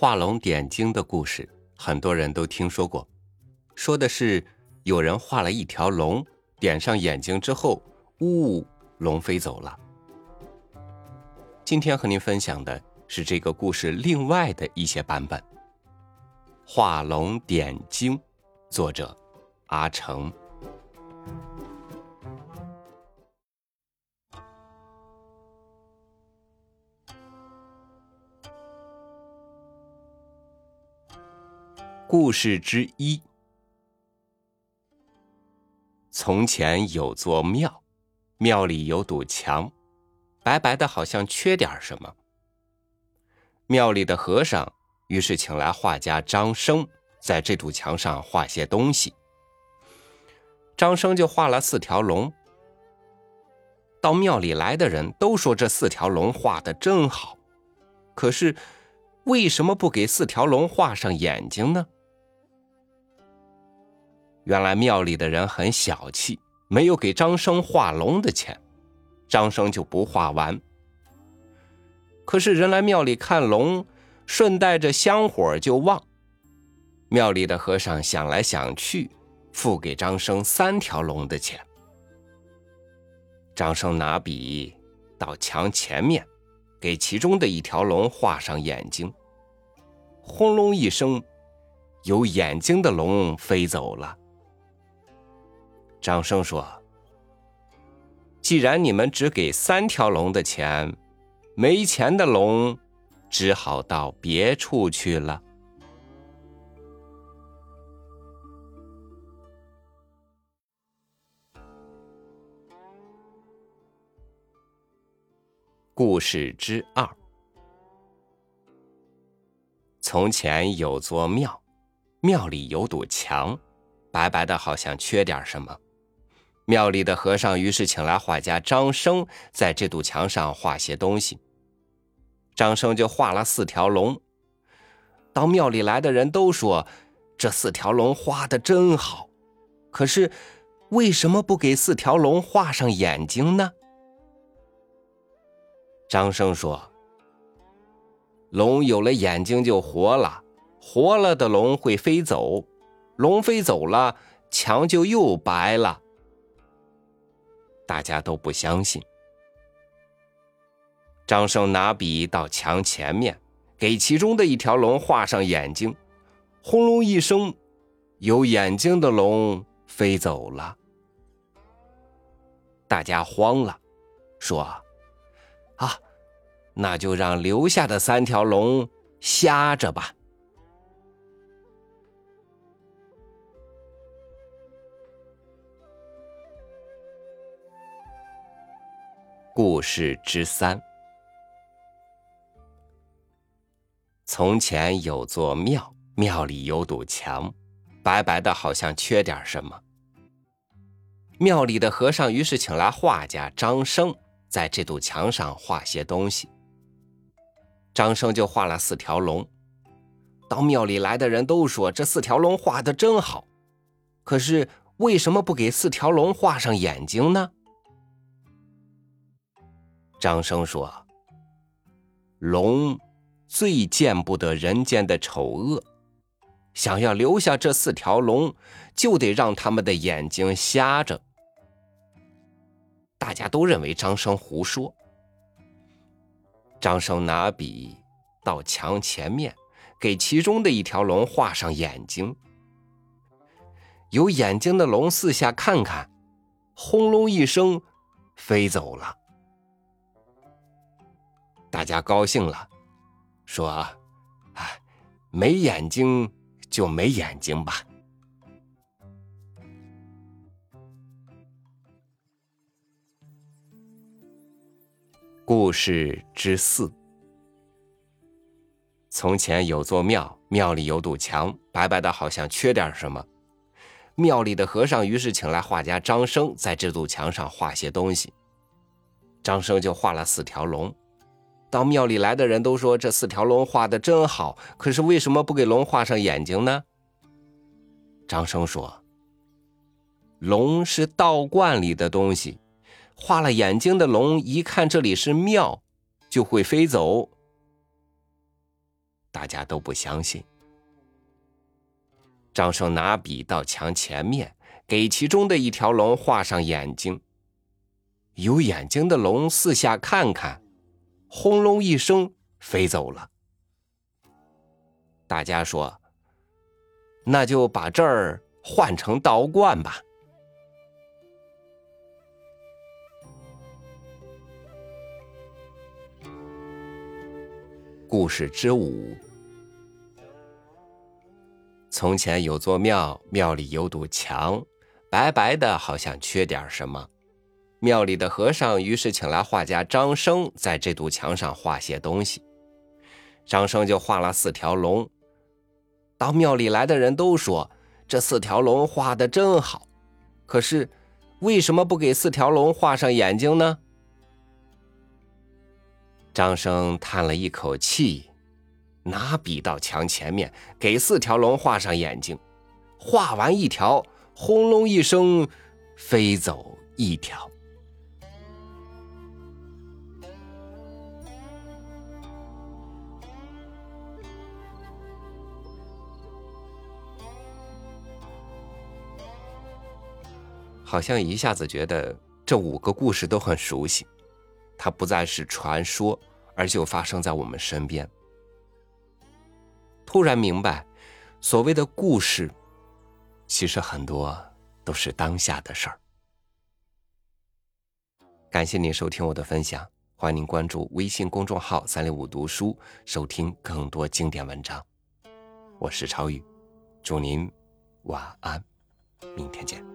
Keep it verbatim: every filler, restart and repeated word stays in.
画龙点睛的故事，很多人都听说过。说的是有人画了一条龙，点上眼睛之后，呜，龙飞走了。今天和您分享的是这个故事另外的一些版本。画龙点睛，作者阿成。故事之一。从前有座庙，庙里有堵墙，白白的好像缺点什么。庙里的和尚于是请来画家张生，在这堵墙上画些东西。张生就画了四条龙。到庙里来的人都说这四条龙画得真好，可是为什么不给四条龙画上眼睛呢？原来庙里的人很小气，没有给张生画龙的钱，张生就不画完。可是人来庙里看龙，顺带着香火就旺。庙里的和尚想来想去，付给张生三条龙的钱。张生拿笔到墙前面，给其中的一条龙画上眼睛。轰隆一声，有眼睛的龙飞走了。张生说，既然你们只给三条龙的钱，没钱的龙只好到别处去了。故事之二。从前有座庙，庙里有堵墙，白白的好像缺点什么。庙里的和尚于是请来画家张生，在这堵墙上画些东西。张生就画了四条龙。到庙里来的人都说，这四条龙画得真好，可是为什么不给四条龙画上眼睛呢？张生说，龙有了眼睛就活了，活了的龙会飞走，龙飞走了，墙就又白了。大家都不相信。张生拿笔到墙前面，给其中的一条龙画上眼睛。轰隆一声，有眼睛的龙飞走了。大家慌了，说啊，那就让留下的三条龙瞎着吧。故事之三。从前有座庙，庙里有堵墙，白白的好像缺点什么。庙里的和尚于是请来画家张生，在这堵墙上画些东西。张生就画了四条龙。到庙里来的人都说，这四条龙画得真好，可是为什么不给四条龙画上眼睛呢？张生说，龙最见不得人间的丑恶，想要留下这四条龙，就得让他们的眼睛瞎着。大家都认为张生胡说。张生拿笔到墙前面，给其中的一条龙画上眼睛。有眼睛的龙四下看看，轰隆一声飞走了。大家高兴了，说啊，没眼睛就没眼睛吧。故事之四。从前有座庙，庙里有堵墙，白白的好像缺点什么。庙里的和尚于是请来画家张生，在这堵墙上画些东西。张生就画了四条龙。到庙里来的人都说，这四条龙画得真好，可是为什么不给龙画上眼睛呢？张生说，龙是道观里的东西，画了眼睛的龙一看这里是庙，就会飞走。 大家都不相信。张生拿笔到墙前面，给其中的一条龙画上眼睛。有眼睛的龙四下看看，轰隆一声飞走了。大家说，那就把这儿换成道观吧。故事之五。从前有座庙，庙里有堵墙，白白的，好像缺点什么。庙里的和尚于是请来画家张生，在这堵墙上画些东西。张生就画了四条龙。到庙里来的人都说，这四条龙画得真好，可是为什么不给四条龙画上眼睛呢？张生叹了一口气，拿笔到墙前面，给四条龙画上眼睛。画完一条，轰隆一声，飞走一条。好像一下子觉得这五个故事都很熟悉，它不再是传说，而就发生在我们身边。突然明白，所谓的故事，其实很多都是当下的事儿。感谢您收听我的分享，欢迎您关注微信公众号三六五读书，收听更多经典文章。我是超宇，祝您晚安，明天见。